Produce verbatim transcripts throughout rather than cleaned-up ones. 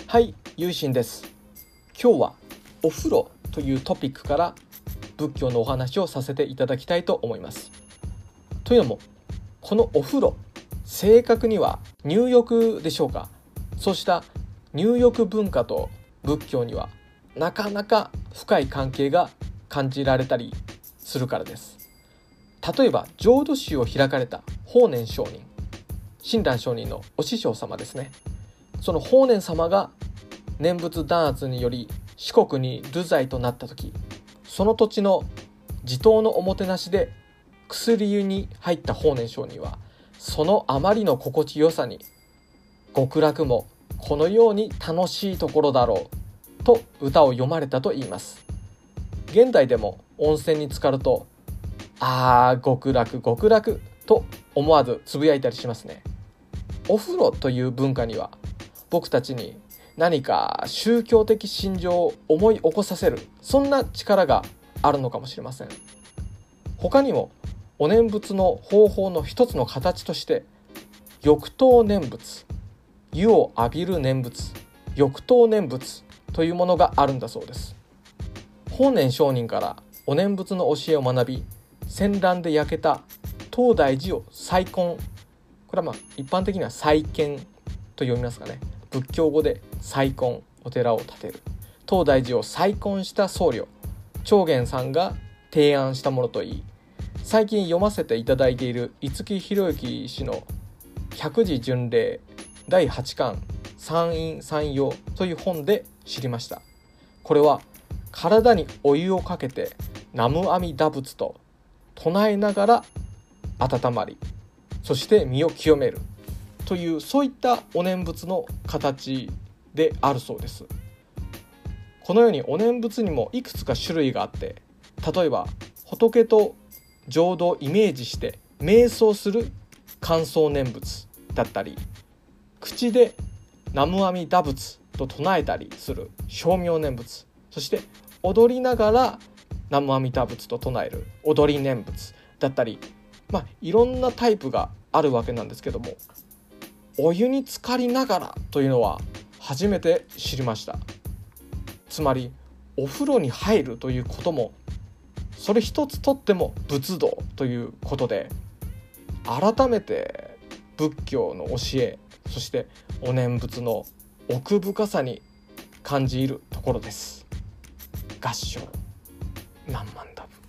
はい、ゆうしんです。今日はお風呂というトピックから仏教のお話をさせていただきたいと思います。というのも、このお風呂、正確には入浴でしょうか。そうした入浴文化と仏教にはなかなか深い関係が感じられたりするからです。例えば浄土宗を開かれた法然上人、親鸞上人のお師匠様ですね。その法然様が念仏弾圧により四国に流罪となった時、その土地の地頭のおもてなしで薬湯に入った法然上人は、そのあまりの心地よさに、極楽もこのように楽しいところだろうと歌を詠まれたといいます。現代でも温泉に浸かると、あー極楽極楽と思わずつぶやいたりしますね。お風呂という文化には僕たちに何か宗教的信条を思い起こさせる、そんな力があるのかもしれません。他にもお念仏の方法の一つの形として、浴頭念仏、湯を浴びる念仏、浴頭念仏というものがあるんだそうです。法然上人からお念仏の教えを学び、戦乱で焼けた東大寺を再建、これはまあ一般的には再建と読みますかね。仏教語で再建、お寺を建てる。東大寺を再建した僧侶長元さんが提案したものといい、最近読ませていただいている五木ひろゆき氏の百字巡礼だいはちかん三陰三陽という本で知りました。これは体にお湯をかけて南無阿弥陀仏と唱えながら温まり、そして身を清めるという、そういったお念仏の形であるそうです。このようにお念仏にもいくつか種類があって、例えば仏と浄土をイメージして瞑想する観想念仏だったり、口で南無阿弥陀仏と唱えたりする称名念仏、そして踊りながら南無阿弥陀仏と唱える踊り念仏だったり、まあいろんなタイプがあるわけなんですけども、お湯に浸かりながらというのは初めて知りました。つまりお風呂に入るということも、それ一つとっても仏道ということで、改めて仏教の教え、そしてお念仏の奥深さに感じるところです。合唱何万ダブ。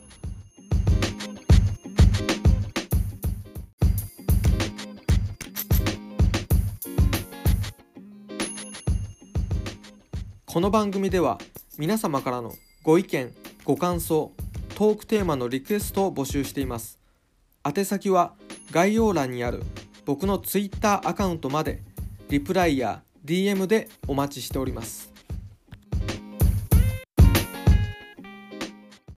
この番組では皆様からのご意見、ご感想、トークテーマのリクエストを募集しています。宛先は概要欄にある僕のツイッターアカウントまでリプライや ディーエム でお待ちしております。